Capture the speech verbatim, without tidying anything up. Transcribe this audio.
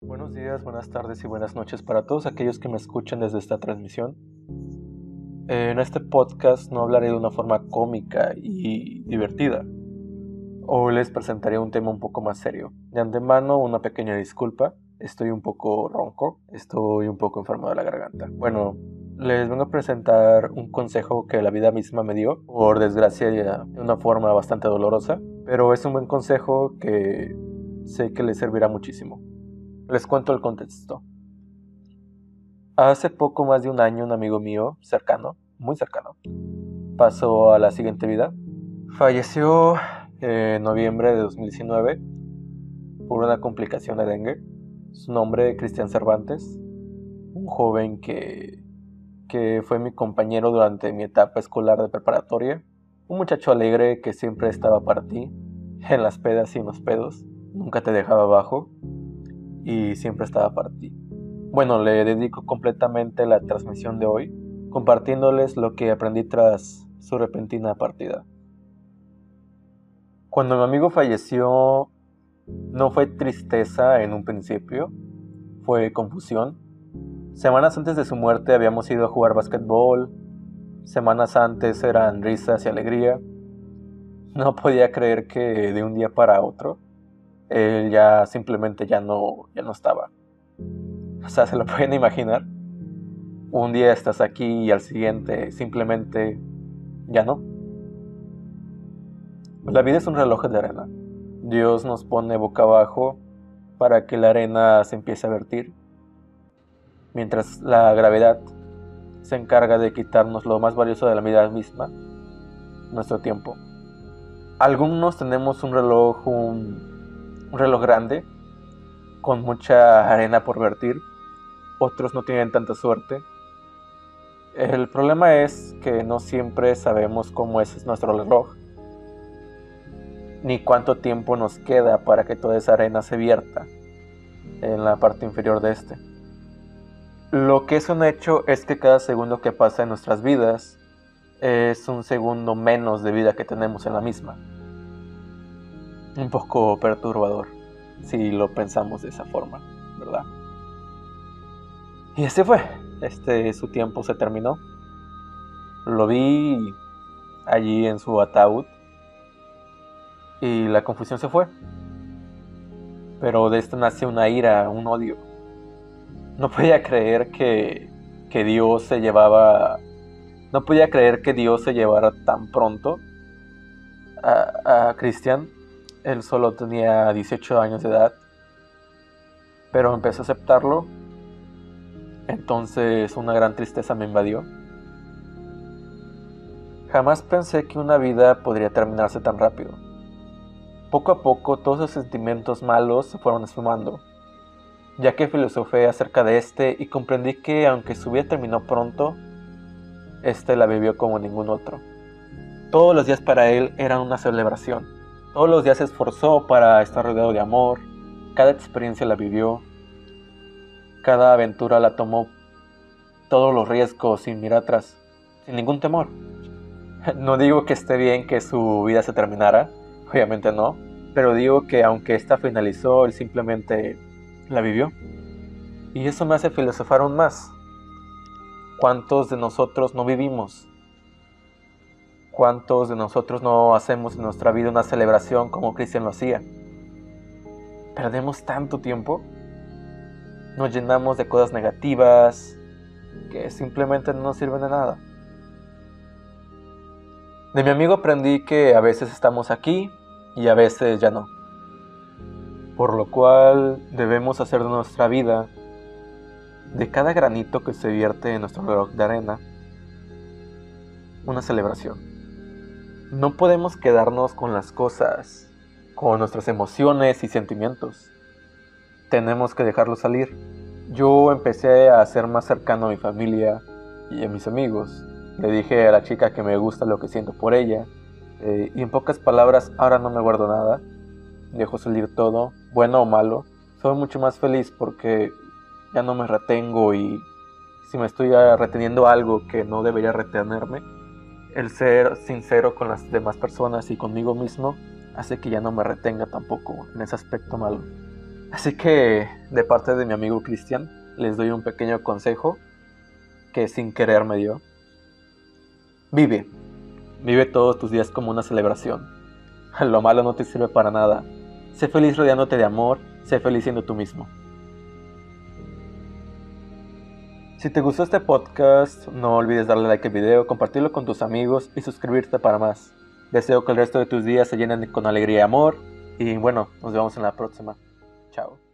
Buenos días, buenas tardes y buenas noches para todos aquellos que me escuchan desde esta transmisión. En este podcast no hablaré de una forma cómica y divertida. Hoy les presentaré un tema un poco más serio. De antemano, una pequeña disculpa. Estoy un poco ronco, estoy un poco enfermo de la garganta. Bueno, les vengo a presentar un consejo que la vida misma me dio, por desgracia de una forma bastante dolorosa, pero es un buen consejo que sé que les servirá muchísimo. Les cuento el contexto. Hace poco más de un año un amigo mío, cercano, muy cercano, pasó a la siguiente vida. Falleció en noviembre de dos mil diecinueve por una complicación de dengue. Su nombre, Cristian Cervantes, un joven que, que fue mi compañero durante mi etapa escolar de preparatoria. Un muchacho alegre que siempre estaba para ti, en las pedas y en los pedos. Nunca te dejaba abajo y siempre estaba para ti. Bueno, le dedico completamente la transmisión de hoy, compartiéndoles lo que aprendí tras su repentina partida. Cuando mi amigo falleció, no fue tristeza en un principio, fue confusión. Semanas antes de su muerte habíamos ido a jugar básquetbol, semanas antes eran risas y alegría. No podía creer que de un día para otro, él ya simplemente ya no, ya no estaba. O sea, ¿se lo pueden imaginar? Un día estás aquí y al siguiente simplemente ya no. La vida es un reloj de arena. Dios nos pone boca abajo para que la arena se empiece a vertir, mientras la gravedad se encarga de quitarnos lo más valioso de la vida misma, nuestro tiempo. Algunos tenemos un reloj, un, un reloj grande, con mucha arena por vertir. Otros no tienen tanta suerte. El problema es que no siempre sabemos cómo es nuestro reloj, ni cuánto tiempo nos queda para que toda esa arena se vierta en la parte inferior de este. Lo que es un hecho es que cada segundo que pasa en nuestras vidas es un segundo menos de vida que tenemos en la misma. Un poco perturbador, si lo pensamos de esa forma, ¿verdad? Y así fue. Este, su tiempo se terminó. Lo vi allí en su ataúd y la confusión se fue. Pero de esto nació una ira, un odio. No podía creer que, que Dios se llevaba... No podía creer que Dios se llevara tan pronto a, a Cristian. Él solo tenía dieciocho años de edad, pero empecé a aceptarlo. Entonces una gran tristeza me invadió. Jamás pensé que una vida podría terminarse tan rápido. Poco a poco todos esos sentimientos malos se fueron esfumando, ya que filosofé acerca de este y comprendí que aunque su vida terminó pronto, este la vivió como ningún otro. Todos los días para él eran una celebración. Todos los días se esforzó para estar rodeado de amor. Cada experiencia la vivió. Cada aventura la tomó. Todos los riesgos sin mirar atrás, sin ningún temor. No digo que esté bien que su vida se terminara, obviamente no, pero digo que aunque esta finalizó, él simplemente la vivió. Y eso me hace filosofar aún más. ¿Cuántos de nosotros no vivimos? ¿Cuántos de nosotros no hacemos en nuestra vida una celebración como Cristian lo hacía? ¿Perdemos tanto tiempo? Nos llenamos de cosas negativas que simplemente no nos sirven de nada. De mi amigo aprendí que a veces estamos aquí y a veces ya no. Por lo cual debemos hacer de nuestra vida, de cada granito que se vierte en nuestro reloj de arena, una celebración. No podemos quedarnos con las cosas, con nuestras emociones y sentimientos. Tenemos que dejarlos salir. Yo empecé a ser más cercano a mi familia y a mis amigos. Le dije a la chica que me gusta lo que siento por ella. Eh, y en pocas palabras, ahora no me guardo nada. Dejo salir todo, bueno o malo. Soy mucho más feliz porque ya no me retengo, y si me estoy reteniendo algo que no debería retenerme, el ser sincero con las demás personas y conmigo mismo hace que ya no me retenga tampoco en ese aspecto malo. Así que, de parte de mi amigo Cristian, les doy un pequeño consejo que sin querer me dio. Vive, vive todos tus días como una celebración. Lo malo no te sirve para nada. Sé feliz rodeándote de amor, sé feliz siendo tú mismo. Si te gustó este podcast, no olvides darle like al video, compartirlo con tus amigos y suscribirte para más. Deseo que el resto de tus días se llenen con alegría y amor. Y bueno, nos vemos en la próxima. Chao.